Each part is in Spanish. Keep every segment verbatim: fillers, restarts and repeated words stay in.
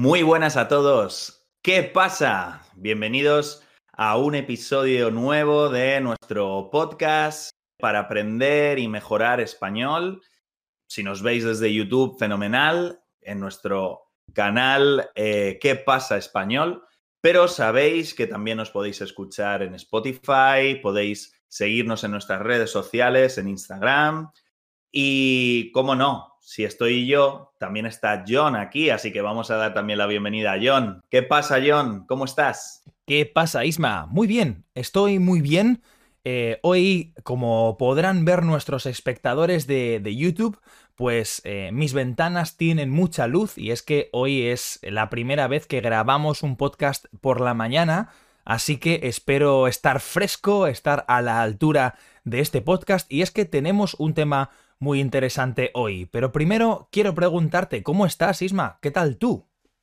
Muy buenas a todos. ¿Qué pasa? Bienvenidos a un episodio nuevo de nuestro podcast para aprender y mejorar español. Si nos veis desde YouTube, fenomenal. En nuestro canal eh, ¿Qué pasa español? Pero sabéis que también nos podéis escuchar en Spotify, podéis seguirnos en nuestras redes sociales, en Instagram. Y, cómo no, si estoy yo, también está John aquí, así que vamos a dar también la bienvenida a John. ¿Qué pasa, John? ¿Cómo estás? ¿Qué pasa, Isma? Muy bien, estoy muy bien. Eh, hoy, como podrán ver nuestros espectadores de, de YouTube, pues eh, mis ventanas tienen mucha luz y es que hoy es la primera vez que grabamos un podcast por la mañana, así que espero estar fresco, estar a la altura de este podcast y es que tenemos un tema muy interesante hoy. Pero primero quiero preguntarte, ¿cómo estás, Isma? ¿Qué tal tú?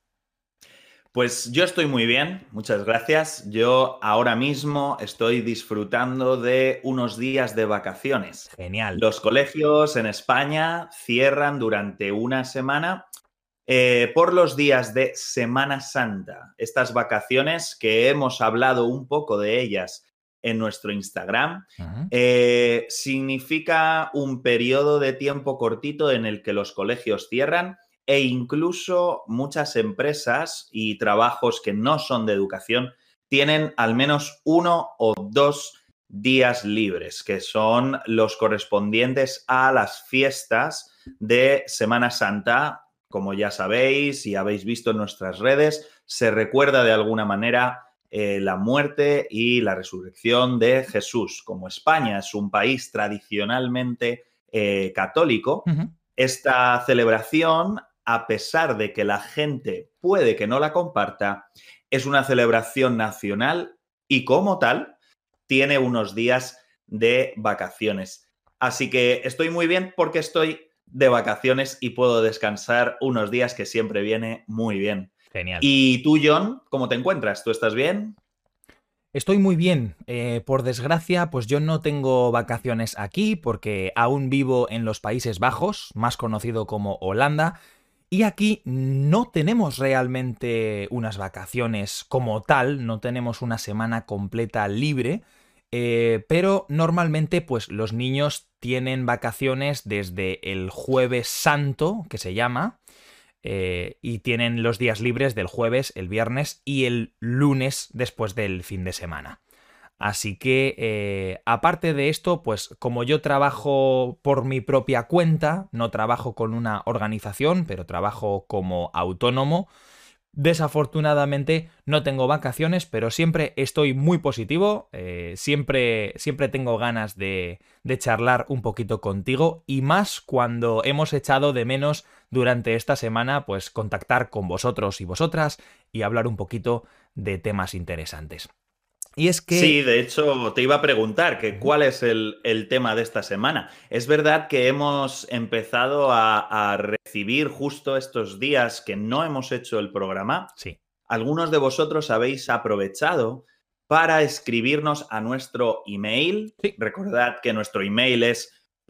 Pues yo estoy muy bien, muchas gracias. Yo ahora mismo estoy disfrutando de unos días de vacaciones. Genial. Los colegios en España cierran durante una semana eh, por los días de Semana Santa. Estas vacaciones que hemos hablado un poco de ellas en nuestro Instagram, Ujú. eh, significa un periodo de tiempo cortito en el que los colegios cierran e incluso muchas empresas y trabajos que no son de educación tienen al menos uno o dos días libres, que son los correspondientes a las fiestas de Semana Santa. Como ya sabéis y habéis visto en nuestras redes, se recuerda de alguna manera eh, la muerte y la resurrección de Jesús. Como España es un país tradicionalmente eh, católico, Ujú. esta celebración, a pesar de que la gente puede que no la comparta, es una celebración nacional y como tal tiene unos días de vacaciones. Así que estoy muy bien porque estoy de vacaciones y puedo descansar unos días, que siempre viene muy bien. Genial. ¿Y tú, John, cómo te encuentras? ¿Tú estás bien? Estoy muy bien. Eh, por desgracia, pues yo no tengo vacaciones aquí porque aún vivo en los Países Bajos, más conocido como Holanda, y aquí no tenemos realmente unas vacaciones como tal, no tenemos una semana completa libre, eh, pero normalmente pues los niños tienen vacaciones desde el Jueves Santo, que se llama, eh, y tienen los días libres del jueves, el viernes y el lunes después del fin de semana. Así que, eh, aparte de esto, pues como yo trabajo por mi propia cuenta, no trabajo con una organización, pero trabajo como autónomo, desafortunadamente no tengo vacaciones, pero siempre estoy muy positivo, eh, siempre, siempre tengo ganas de, de charlar un poquito contigo y más cuando hemos echado de menos durante esta semana, pues contactar con vosotros y vosotras y hablar un poquito de temas interesantes. Y es Sí, que... de hecho, te iba a preguntar que cuál es el, el tema de esta semana. Es verdad que hemos empezado a, a recibir justo estos días que no hemos hecho el programa. Sí. Algunos de vosotros habéis aprovechado para escribirnos a nuestro email. Sí. Recordad que nuestro email es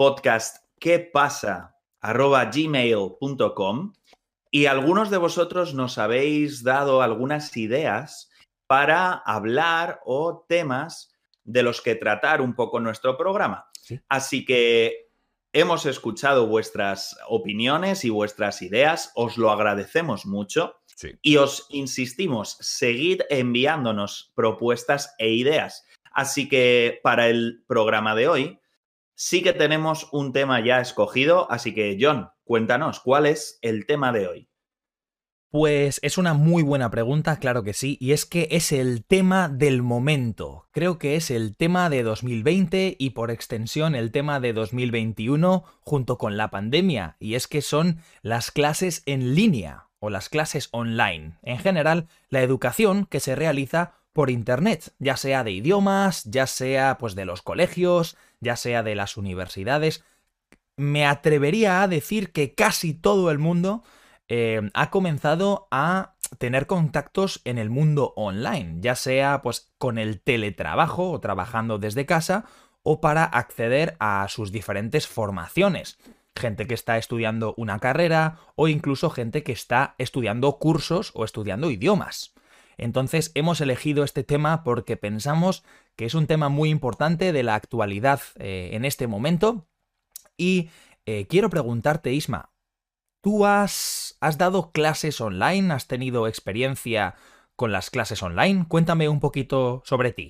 podcastquepasa arroba gmail punto com y algunos de vosotros nos habéis dado algunas ideas para hablar o temas de los que tratar un poco nuestro programa. Sí. Así que hemos escuchado vuestras opiniones y vuestras ideas, os lo agradecemos mucho Sí. y os insistimos, seguid enviándonos propuestas e ideas. Así que para el programa de hoy sí que tenemos un tema ya escogido, así que John, cuéntanos, ¿cuál es el tema de hoy? Pues es una muy buena pregunta, claro que sí, y es que es el tema del momento. Creo que es el tema de dos mil veinte y por extensión el tema de dos mil veintiuno junto con la pandemia, y es que son las clases en línea o las clases online. En general, la educación que se realiza por internet, ya sea de idiomas, ya sea pues de los colegios, ya sea de las universidades. Me atrevería a decir que casi todo el mundo eh, ha comenzado a tener contactos en el mundo online, ya sea pues con el teletrabajo o trabajando desde casa o para acceder a sus diferentes formaciones. gente que está estudiando una carrera o incluso gente que está estudiando cursos o estudiando idiomas. Entonces hemos elegido este tema porque pensamos que es un tema muy importante de la actualidad eh, en este momento. Y eh, quiero preguntarte, Isma, ¿tú has, has dado clases online? ¿Has tenido experiencia con las clases online? Cuéntame un poquito sobre ti.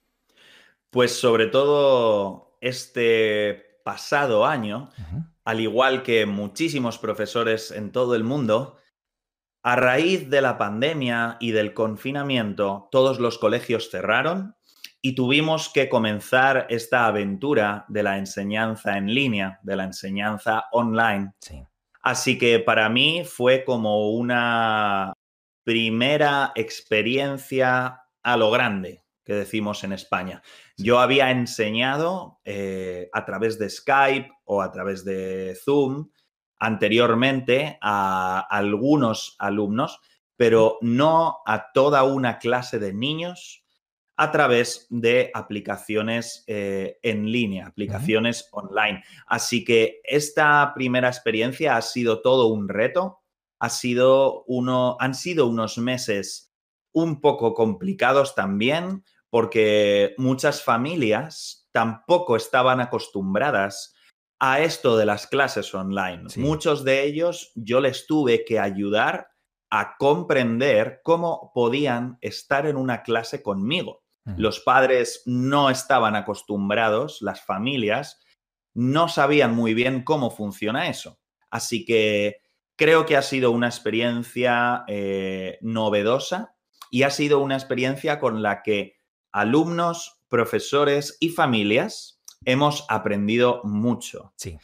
Pues sobre todo este pasado año, Ujú. al igual que muchísimos profesores en todo el mundo, a raíz de la pandemia y del confinamiento, todos los colegios cerraron y tuvimos que comenzar esta aventura de la enseñanza en línea, de la enseñanza online. Sí. Así que para mí fue como una primera experiencia a lo grande, que decimos en España. Sí. Yo había enseñado eh, a través de Skype o a través de Zoom anteriormente a algunos alumnos, pero no a toda una clase de niños a través de aplicaciones eh, en línea, Ujú. aplicaciones online. Así que esta primera experiencia ha sido todo un reto, ha sido uno, han sido unos meses un poco complicados también, porque muchas familias tampoco estaban acostumbradas a esto de las clases online. Sí. Muchos de ellos yo les tuve que ayudar a comprender cómo podían estar en una clase conmigo. Ujú. Los padres no estaban acostumbrados, las familias no sabían muy bien cómo funciona eso. Así que creo que ha sido una experiencia eh, novedosa y ha sido una experiencia con la que alumnos, profesores y familias hemos aprendido mucho. Sí.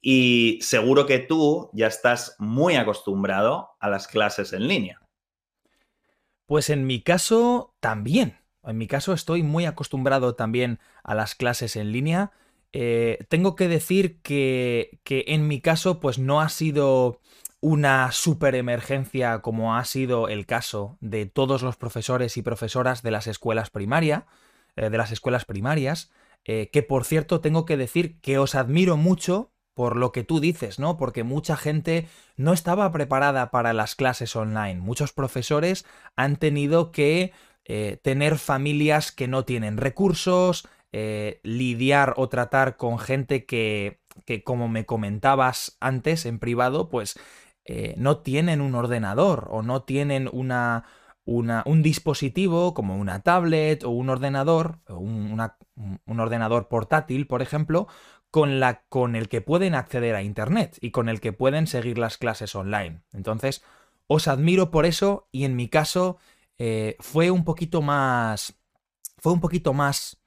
Y seguro que tú ya estás muy acostumbrado a las clases en línea. Pues en mi caso también. En mi caso estoy muy acostumbrado también a las clases en línea. Eh, tengo que decir que, que en mi caso pues no ha sido una super emergencia como ha sido el caso de todos los profesores y profesoras de las escuelas primaria, eh, de las escuelas primarias, eh, que por cierto tengo que decir que os admiro mucho por lo que tú dices, ¿no? Porque mucha gente no estaba preparada para las clases online. Muchos profesores han tenido que eh, tener familias que no tienen recursos, eh, lidiar o tratar con gente que, que, como me comentabas antes en privado, pues eh, no tienen un ordenador o no tienen una, una, un dispositivo como una tablet o un ordenador, o un, una, un ordenador portátil, por ejemplo, con, la, con el que pueden acceder a Internet y con el que pueden seguir las clases online. Entonces, os admiro por eso y en mi caso eh, fue un poquito más... fue un poquito más...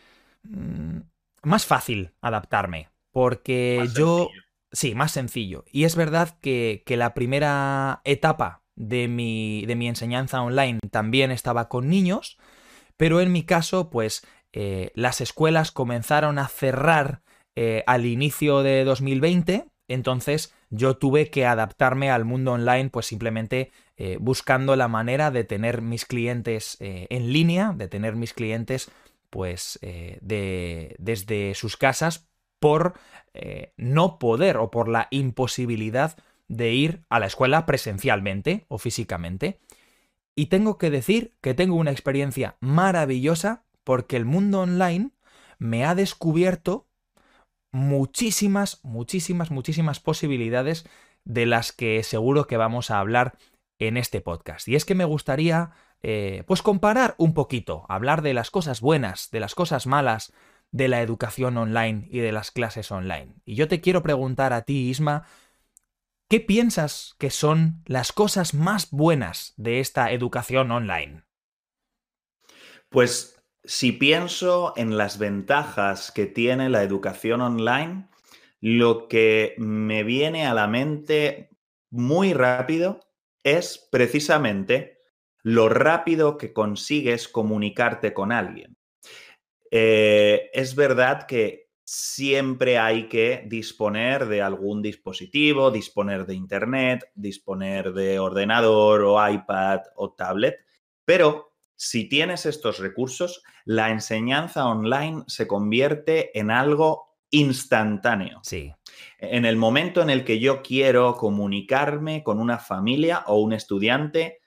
mmm, más fácil adaptarme, porque Más yo... sencillo. Sí, más sencillo. Y es verdad que, que la primera etapa de mi, de mi enseñanza online también estaba con niños, pero en mi caso, pues eh, las escuelas comenzaron a cerrar eh, al inicio de dos mil veinte, entonces yo tuve que adaptarme al mundo online, pues simplemente eh, buscando la manera de tener mis clientes eh, en línea, de tener mis clientes pues eh, de, desde sus casas por eh, no poder o por la imposibilidad de ir a la escuela presencialmente o físicamente. Y tengo que decir que tengo una experiencia maravillosa porque el mundo online me ha descubierto muchísimas, muchísimas, muchísimas posibilidades de las que seguro que vamos a hablar en este podcast. Y es que me gustaría, eh, pues, comparar un poquito, hablar de las cosas buenas, de las cosas malas de la educación online y de las clases online. Y yo te quiero preguntar a ti, Isma, ¿qué piensas que son las cosas más buenas de esta educación online? Pues si pienso en las ventajas que tiene la educación online, lo que me viene a la mente muy rápido es precisamente lo rápido que consigues comunicarte con alguien. Eh, es verdad que siempre hay que disponer de algún dispositivo, disponer de internet, disponer de ordenador o iPad o tablet, pero si tienes estos recursos, la enseñanza online se convierte en algo instantáneo. Sí. En el momento en el que yo quiero comunicarme con una familia o un estudiante,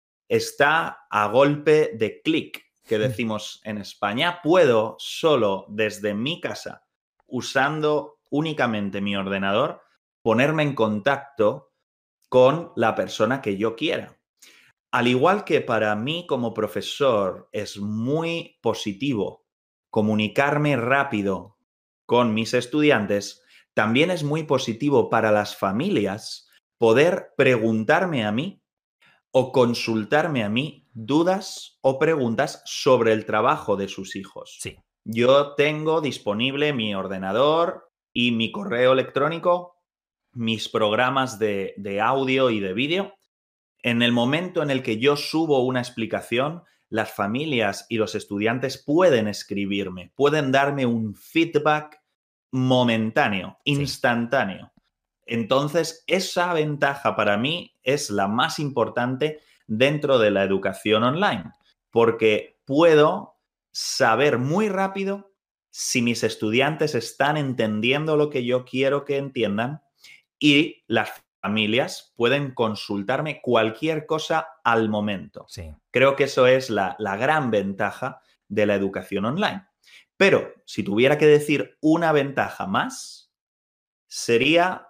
está a golpe de clic, que decimos en España. Puedo solo desde mi casa, usando únicamente mi ordenador, ponerme en contacto con la persona que yo quiera. Al igual que para mí como profesor es muy positivo comunicarme rápido con mis estudiantes, también es muy positivo para las familias poder preguntarme a mí o consultarme a mí dudas o preguntas sobre el trabajo de sus hijos. Sí. Yo tengo disponible mi ordenador y mi correo electrónico, mis programas de, de audio y de vídeo. En el momento en el que yo subo una explicación, las familias y los estudiantes pueden escribirme, pueden darme un feedback momentáneo, instantáneo. Sí. Entonces, esa ventaja para mí es la más importante dentro de la educación online, porque puedo saber muy rápido si mis estudiantes están entendiendo lo que yo quiero que entiendan y las familias pueden consultarme cualquier cosa al momento. Sí. Creo que eso es la, la gran ventaja de la educación online. Pero si tuviera que decir una ventaja más, sería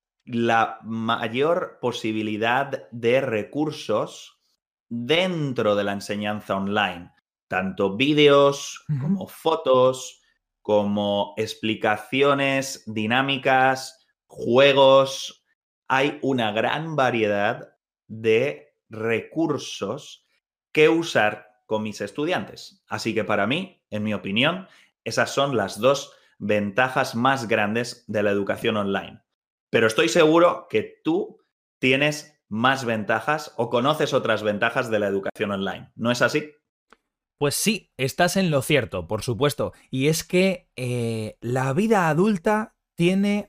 la mayor posibilidad de recursos dentro de la enseñanza online. Tanto vídeos Uh-huh. como fotos, como explicaciones dinámicas, juegos. Hay una gran variedad de recursos que usar con mis estudiantes. Así que para mí, en mi opinión, esas son las dos ventajas más grandes de la educación online. Pero estoy seguro que tú tienes más ventajas o conoces otras ventajas de la educación online. ¿No es así? Pues sí, estás en lo cierto, por supuesto. Y es que eh, la vida adulta tiene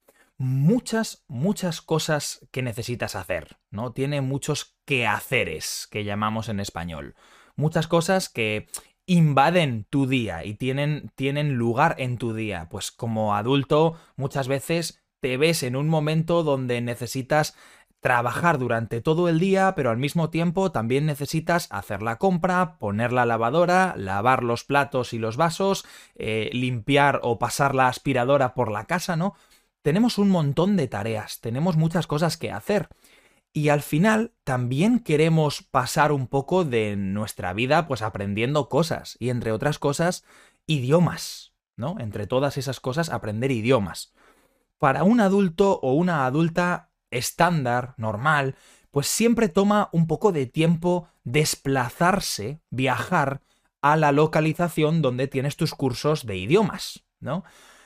muchas, muchas cosas que necesitas hacer, ¿no? Tiene muchos quehaceres, que llamamos en español. Muchas cosas que invaden tu día y tienen, tienen lugar en tu día. Pues como adulto, muchas veces te ves en un momento donde necesitas trabajar durante todo el día, pero al mismo tiempo también necesitas hacer la compra, poner la lavadora, lavar los platos y los vasos, eh, limpiar o pasar la aspiradora por la casa, ¿no? Tenemos un montón de tareas, tenemos muchas cosas que hacer. Y al final también queremos pasar un poco de nuestra vida pues aprendiendo cosas y entre otras cosas idiomas, ¿no? Entre todas esas cosas aprender idiomas. Para un adulto o una adulta estándar, normal, pues siempre toma un poco de tiempo desplazarse, viajar a la localización donde tienes tus cursos de idiomas, ¿no?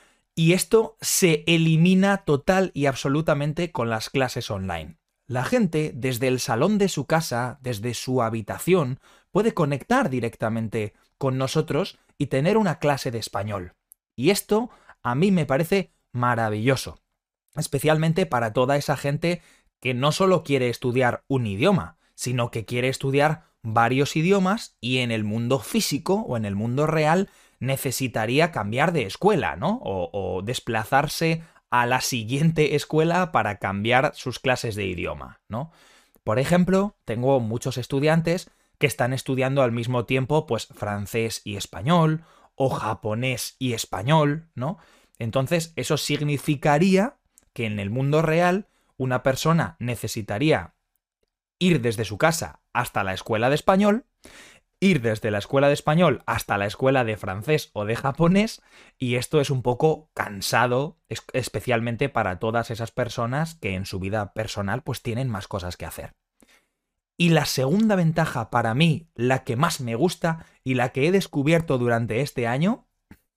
Y esto se elimina total y absolutamente con las clases online. La gente, desde el salón de su casa, desde su habitación, puede conectar directamente con nosotros y tener una clase de español. Y esto a mí me parece maravilloso, especialmente para toda esa gente que no solo quiere estudiar un idioma, sino que quiere estudiar varios idiomas y en el mundo físico o en el mundo real necesitaría cambiar de escuela, ¿no? O, o desplazarse a la siguiente escuela para cambiar sus clases de idioma, ¿no? Por ejemplo, tengo muchos estudiantes que están estudiando al mismo tiempo, pues, francés y español, o japonés y español, ¿no? Entonces, eso significaría que en el mundo real una persona necesitaría ir desde su casa hasta la escuela de español, ir desde la escuela de español hasta la escuela de francés o de japonés, y esto es un poco cansado, especialmente para todas esas personas que en su vida personal pues tienen más cosas que hacer. Y la segunda ventaja para mí, la que más me gusta y la que he descubierto durante este año,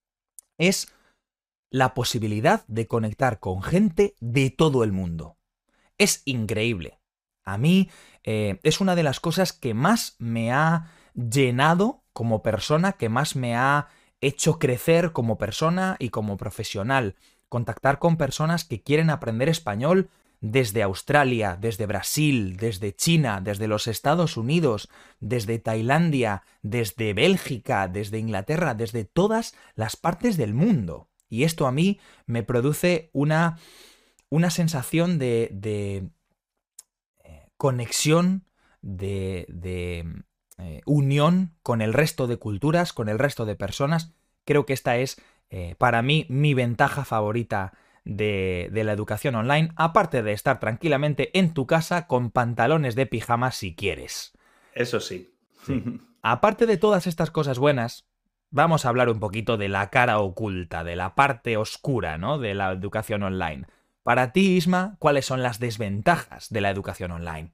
es la posibilidad de conectar con gente de todo el mundo. Es increíble. A mí eh, es una de las cosas que más me ha llenado como persona, que más me ha hecho crecer como persona y como profesional. Contactar con personas que quieren aprender español desde Australia, desde Brasil, desde China, desde los Estados Unidos, desde Tailandia, desde Bélgica, desde Inglaterra, desde todas las partes del mundo. Y esto a mí me produce una, una sensación de, de eh, conexión, de, de eh, unión con el resto de culturas, con el resto de personas. Creo que esta es, eh, para mí, mi ventaja favorita de, de la educación online, aparte de estar tranquilamente en tu casa con pantalones de pijama si quieres. Eso sí. Sí. Aparte de todas estas cosas buenas, vamos a hablar un poquito de la cara oculta, de la parte oscura, ¿no?, de la educación online. Para ti, Isma, ¿cuáles son las desventajas de la educación online?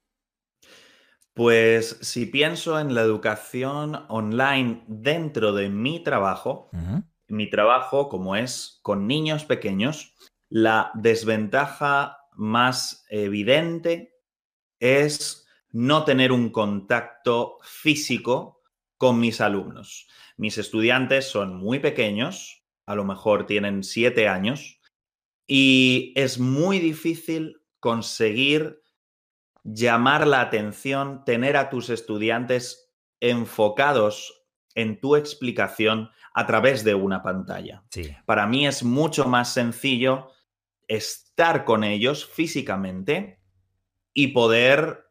Pues si pienso en la educación online dentro de mi trabajo, Uh-huh. mi trabajo, como es con niños pequeños, la desventaja más evidente es no tener un contacto físico con mis alumnos. Mis estudiantes son muy pequeños, a lo mejor tienen siete años, y es muy difícil conseguir llamar la atención, tener a tus estudiantes enfocados en tu explicación a través de una pantalla. Sí. Para mí es mucho más sencillo estar con ellos físicamente y poder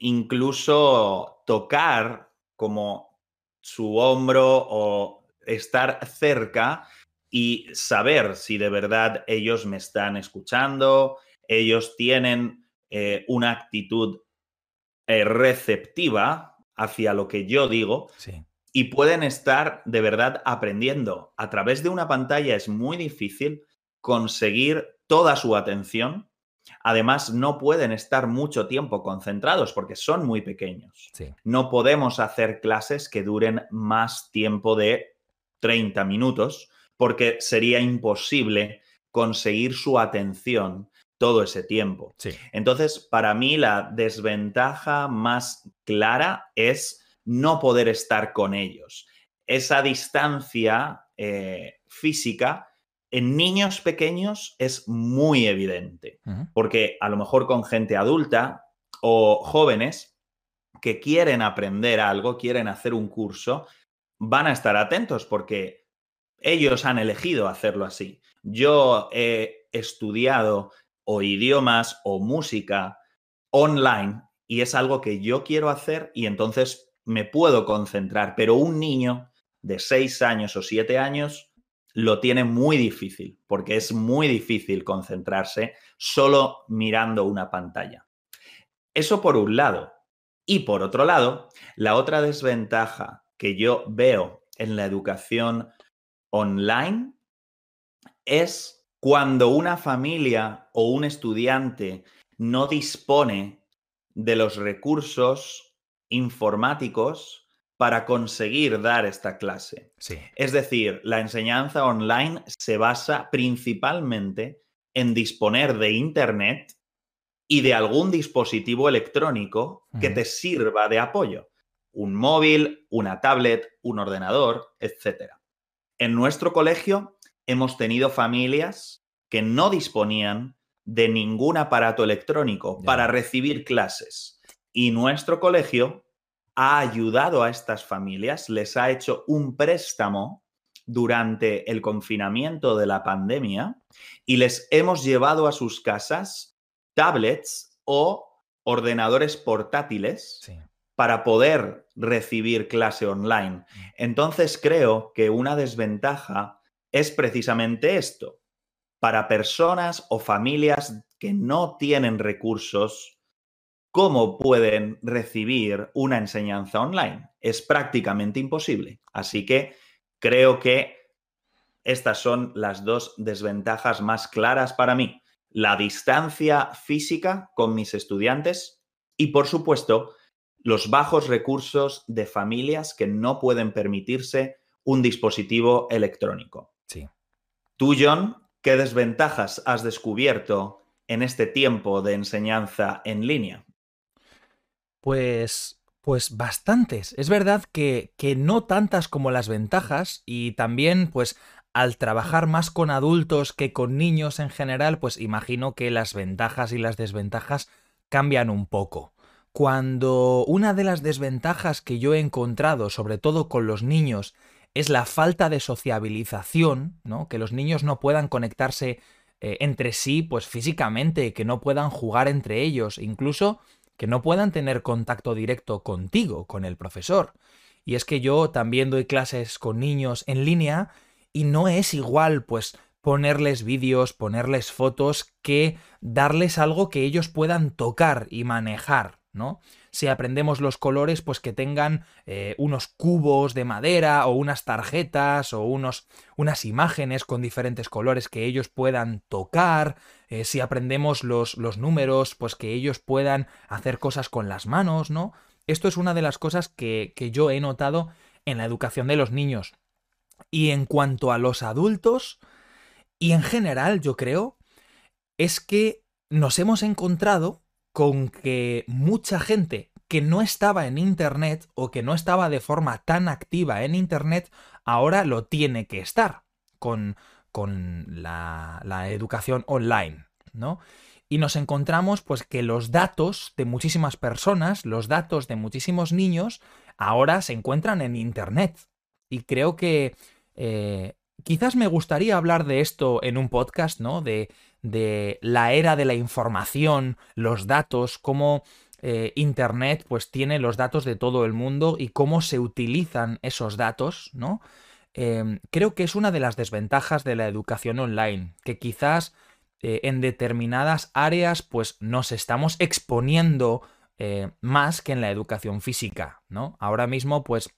incluso tocar como su hombro o estar cerca y saber si de verdad ellos me están escuchando, ellos tienen eh, una actitud eh, receptiva hacia lo que yo digo Sí. y pueden estar de verdad aprendiendo. A través de una pantalla es muy difícil conseguir toda su atención. Además, no pueden estar mucho tiempo concentrados porque son muy pequeños. Sí. No podemos hacer clases que duren más tiempo de treinta minutos porque sería imposible conseguir su atención todo ese tiempo. Sí. Entonces, para mí la desventaja más clara es no poder estar con ellos. Esa distancia eh, física en niños pequeños es muy evidente, Uh-huh. porque a lo mejor con gente adulta o jóvenes que quieren aprender algo, quieren hacer un curso, van a estar atentos porque ellos han elegido hacerlo así. Yo he estudiado o idiomas o música online y es algo que yo quiero hacer y entonces me puedo concentrar, pero un niño de seis años o siete años lo tiene muy difícil porque es muy difícil concentrarse solo mirando una pantalla. Eso por un lado. Y por otro lado, la otra desventaja que yo veo en la educación online es cuando una familia o un estudiante no dispone de los recursos informáticos para conseguir dar esta clase. Sí. Es decir, la enseñanza online se basa principalmente en disponer de Internet y de algún dispositivo electrónico que Uh-huh. te sirva de apoyo. Un móvil, una tablet, un ordenador, etcétera. En nuestro colegio hemos tenido familias que no disponían de ningún aparato electrónico Ya. para recibir clases. Y nuestro colegio ha ayudado a estas familias, les ha hecho un préstamo durante el confinamiento de la pandemia y les hemos llevado a sus casas tablets o ordenadores portátiles Sí. para poder recibir clase online. Entonces creo que una desventaja es precisamente esto. Para personas o familias que no tienen recursos, ¿cómo pueden recibir una enseñanza online? Es prácticamente imposible. Así que creo que estas son las dos desventajas más claras para mí. La distancia física con mis estudiantes y, por supuesto, los bajos recursos de familias que no pueden permitirse un dispositivo electrónico. Sí. Tú, John, ¿qué desventajas has descubierto en este tiempo de enseñanza en línea? Pues, pues bastantes. Es verdad que, que no tantas como las ventajas y también, pues, al trabajar más con adultos que con niños en general, pues imagino que las ventajas y las desventajas cambian un poco. Cuando una de las desventajas que yo he encontrado, sobre todo con los niños, es la falta de sociabilización, ¿no? Que los niños no puedan conectarse eh, entre sí, pues físicamente, que no puedan jugar entre ellos, incluso que no puedan tener contacto directo contigo, con el profesor. Y es que yo también doy clases con niños en línea y no es igual, pues, ponerles vídeos, ponerles fotos, que darles algo que ellos puedan tocar y manejar, ¿no? Si aprendemos los colores, pues que tengan eh, unos cubos de madera o unas tarjetas o unos, unas imágenes con diferentes colores que ellos puedan tocar. Eh, si aprendemos los, los números, pues que ellos puedan hacer cosas con las manos, ¿no? Esto es una de las cosas que, que yo he notado en la educación de los niños. Y en cuanto a los adultos, y en general, yo creo, es que nos hemos encontrado con que mucha gente que no estaba en Internet o que no estaba de forma tan activa en Internet, ahora lo tiene que estar con, con la, la educación online, ¿no? Y nos encontramos pues que los datos de muchísimas personas, los datos de muchísimos niños, ahora se encuentran en Internet. Y creo que eh, quizás me gustaría hablar de esto en un podcast, ¿no? De, de la era de la información, los datos, cómo eh, Internet pues tiene los datos de todo el mundo y cómo se utilizan esos datos, ¿no? Eh, creo que es una de las desventajas de la educación online, que quizás eh, en determinadas áreas pues nos estamos exponiendo eh, más que en la educación física, ¿no? Ahora mismo pues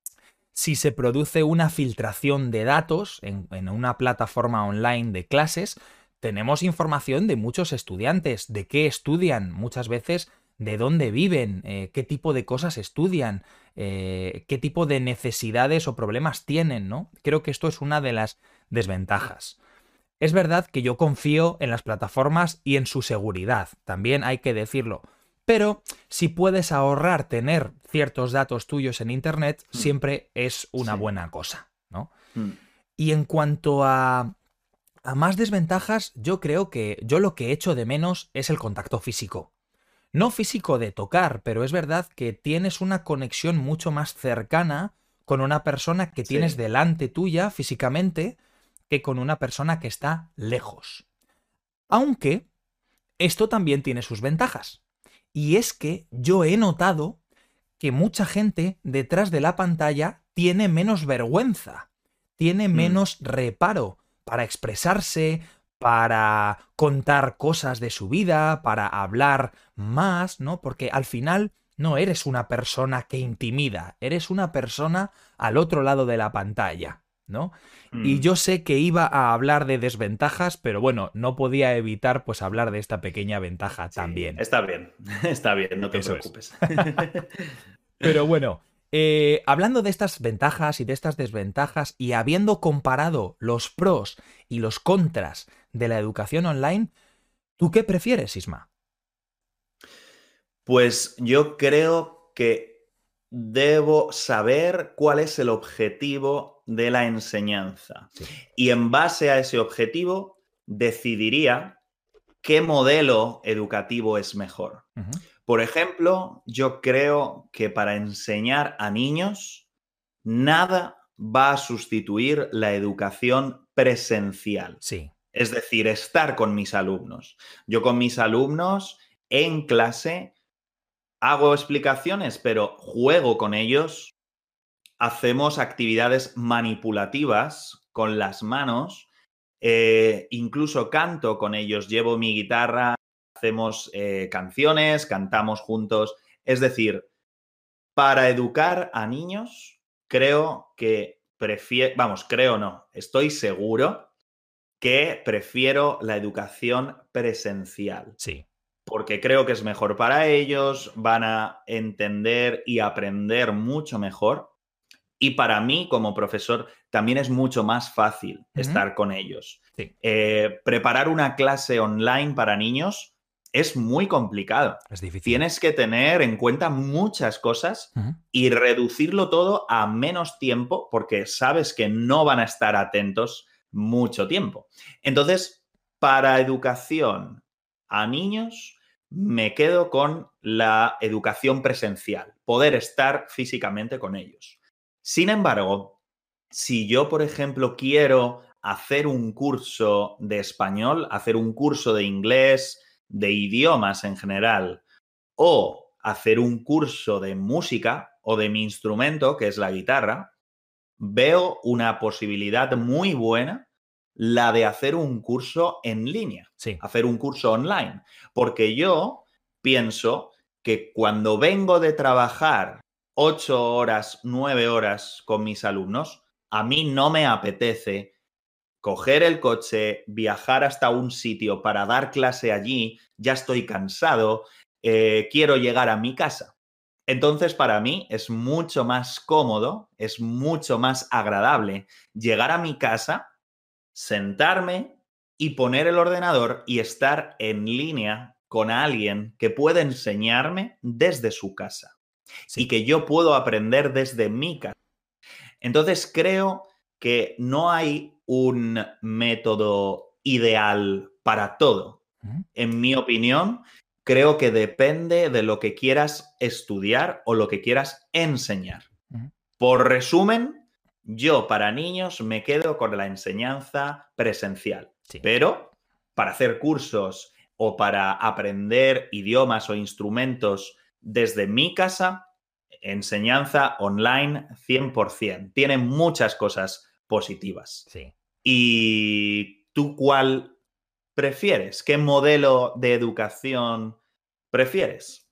si se produce una filtración de datos en, en una plataforma online de clases, tenemos información de muchos estudiantes, de qué estudian, muchas veces de dónde viven, eh, qué tipo de cosas estudian, eh, qué tipo de necesidades o problemas tienen, ¿no? Creo que esto es una de las desventajas. Es verdad que yo confío en las plataformas y en su seguridad, también hay que decirlo. Pero si puedes ahorrar tener ciertos datos tuyos en Internet, Mm. siempre es una Sí. buena cosa, ¿no? Mm. Y en cuanto a, a más desventajas, yo creo que yo lo que echo de menos es el contacto físico. No físico de tocar, pero es verdad que tienes una conexión mucho más cercana con una persona que tienes Sí. delante tuya físicamente que con una persona que está lejos. Aunque esto también tiene sus ventajas. Y es que yo he notado que mucha gente detrás de la pantalla tiene menos vergüenza, tiene Mm. menos reparo para expresarse, para contar cosas de su vida, para hablar más, ¿no? Porque al final no eres una persona que intimida, eres una persona al otro lado de la pantalla, ¿no? Y Mm. yo sé que iba a hablar de desventajas, pero bueno, no podía evitar pues hablar de esta pequeña ventaja Sí, también. está bien, está bien, no te Eso es. preocupes. Pero bueno, eh, hablando de estas ventajas y de estas desventajas y habiendo comparado los pros y los contras de la educación online, ¿tú qué prefieres, Isma? Pues yo creo que debo saber cuál es el objetivo de la enseñanza. Sí. Y en base a ese objetivo, decidiría qué modelo educativo es mejor. Ujú. Por ejemplo, yo creo que para enseñar a niños, nada va a sustituir la educación presencial. Sí. Es decir, estar con mis alumnos. Yo con mis alumnos en clase hago explicaciones, pero juego con ellos, hacemos actividades manipulativas con las manos, eh, incluso canto con ellos, llevo mi guitarra, hacemos eh, canciones, cantamos juntos. Es decir, para educar a niños, creo que prefiero, vamos, creo no, estoy seguro que prefiero la educación presencial, Sí. porque creo que es mejor para ellos, van a entender y aprender mucho mejor. Y para mí, como profesor, también es mucho más fácil Ujú. estar con ellos. Sí. Eh, preparar una clase online para niños es muy complicado. Es difícil. Tienes que tener en cuenta muchas cosas Ujú. y reducirlo todo a menos tiempo porque sabes que no van a estar atentos mucho tiempo. Entonces, para educación a niños, me quedo con la educación presencial, poder estar físicamente con ellos. Sin embargo, si yo, por ejemplo, quiero hacer un curso de español, hacer un curso de inglés, de idiomas en general, o hacer un curso de música o de mi instrumento, que es la guitarra, veo una posibilidad muy buena la de hacer un curso en línea, Sí. hacer un curso online, porque yo pienso que cuando vengo de trabajar ocho horas, nueve horas con mis alumnos, a mí no me apetece coger el coche, viajar hasta un sitio para dar clase allí, ya estoy cansado, eh, quiero llegar a mi casa. Entonces, para mí es mucho más cómodo, es mucho más agradable llegar a mi casa, sentarme y poner el ordenador y estar en línea con alguien que puede enseñarme desde su casa y Sí. que yo puedo aprender desde mi casa. Entonces, creo que no hay un método ideal para todo. Ujú. En mi opinión, creo que depende de lo que quieras estudiar o lo que quieras enseñar. Ujú. Por resumen, yo para niños me quedo con la enseñanza presencial, Sí. pero para hacer cursos o para aprender idiomas o instrumentos desde mi casa, enseñanza online cien por ciento. Tiene muchas cosas positivas. Sí. ¿Y tú cuál prefieres? ¿Qué modelo de educación prefieres?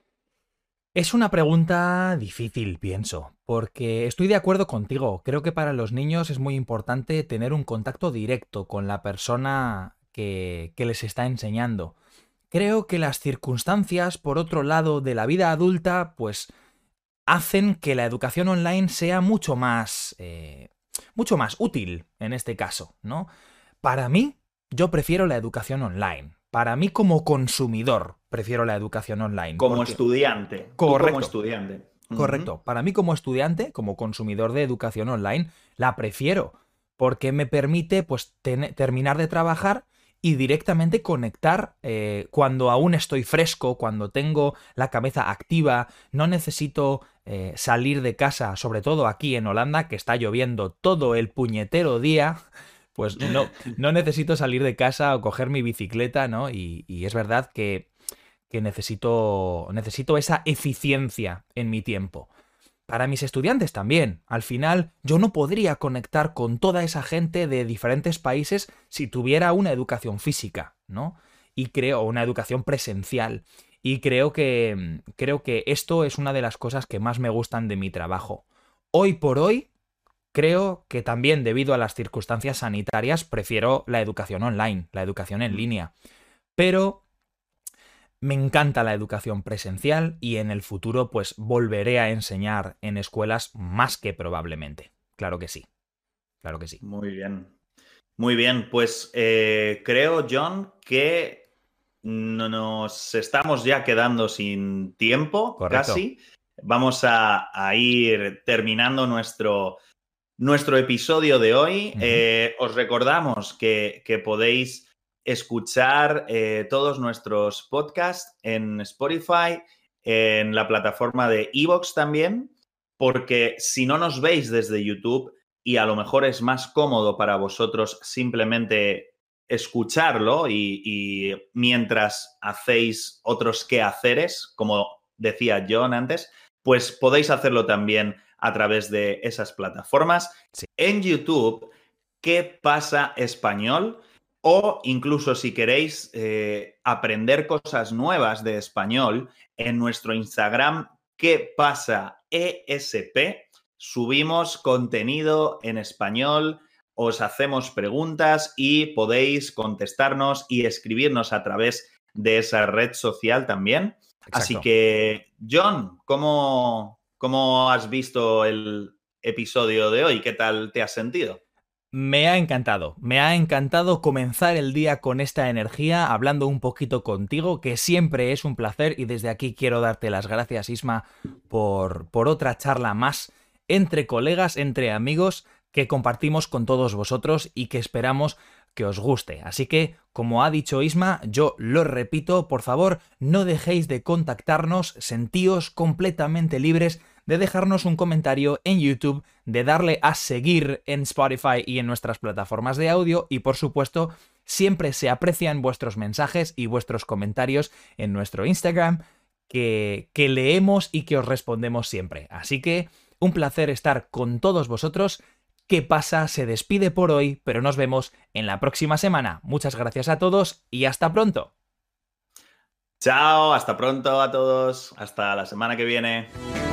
Es una pregunta difícil, pienso, porque estoy de acuerdo contigo. Creo que para los niños es muy importante tener un contacto directo con la persona que, que les está enseñando. Creo que las circunstancias, por otro lado, de la vida adulta, pues hacen que la educación online sea mucho más, eh, mucho más útil en este caso, ¿no? Para mí, yo prefiero la educación online. Para mí como consumidor, prefiero la educación online. Como Porque... estudiante, tú como Correcto. estudiante. Ujú. Correcto. Para mí como estudiante, como consumidor de educación online, la prefiero porque me permite pues ten- terminar de trabajar y directamente conectar eh, cuando aún estoy fresco, cuando tengo la cabeza activa, no necesito eh, salir de casa, sobre todo aquí en Holanda, que está lloviendo todo el puñetero día, pues no, no necesito salir de casa o coger mi bicicleta, ¿no? Y, y es verdad que que necesito, necesito esa eficiencia en mi tiempo. Para mis estudiantes también. Al final, yo no podría conectar con toda esa gente de diferentes países si tuviera una educación física, ¿no? Y creo, una educación presencial. Y creo que, creo que esto es una de las cosas que más me gustan de mi trabajo. Hoy por hoy, creo que también debido a las circunstancias sanitarias, prefiero la educación online, la educación en línea. Pero me encanta la educación presencial y en el futuro pues volveré a enseñar en escuelas más que probablemente. Claro que sí, claro que sí. Muy bien. Muy bien, pues eh, creo, John, que no nos estamos ya quedando sin tiempo, Correcto. casi. Vamos a, a ir terminando nuestro, nuestro episodio de hoy. Ujú. Eh, os recordamos que, que podéis escuchar eh, todos nuestros podcasts en Spotify, en la plataforma de iVoox también, porque si no nos veis desde YouTube y a lo mejor es más cómodo para vosotros simplemente escucharlo y, y mientras hacéis otros quehaceres, como decía John antes, pues podéis hacerlo también a través de esas plataformas. Sí. En YouTube, ¿qué pasa español? O incluso si queréis eh, aprender cosas nuevas de español, en nuestro Instagram, ¿qué pasa E S P? Subimos contenido en español, os hacemos preguntas y podéis contestarnos y escribirnos a través de esa red social también. Así Exacto. que, John, ¿cómo, cómo has visto el episodio de hoy? ¿Qué tal te has sentido? Me ha encantado, me ha encantado comenzar el día con esta energía, hablando un poquito contigo, que siempre es un placer y desde aquí quiero darte las gracias, Isma, por, por otra charla más entre colegas, entre amigos, que compartimos con todos vosotros y que esperamos que os guste. Así que, como ha dicho Isma, yo lo repito, por favor, no dejéis de contactarnos, sentíos completamente libres de dejarnos un comentario en YouTube, de darle a seguir en Spotify y en nuestras plataformas de audio y, por supuesto, siempre se aprecian vuestros mensajes y vuestros comentarios en nuestro Instagram, que, que leemos y que os respondemos siempre. Así que un placer estar con todos vosotros. ¿Qué pasa? Se despide por hoy, pero nos vemos en la próxima semana. Muchas gracias a todos y hasta pronto. Chao, hasta pronto a todos. Hasta la semana que viene.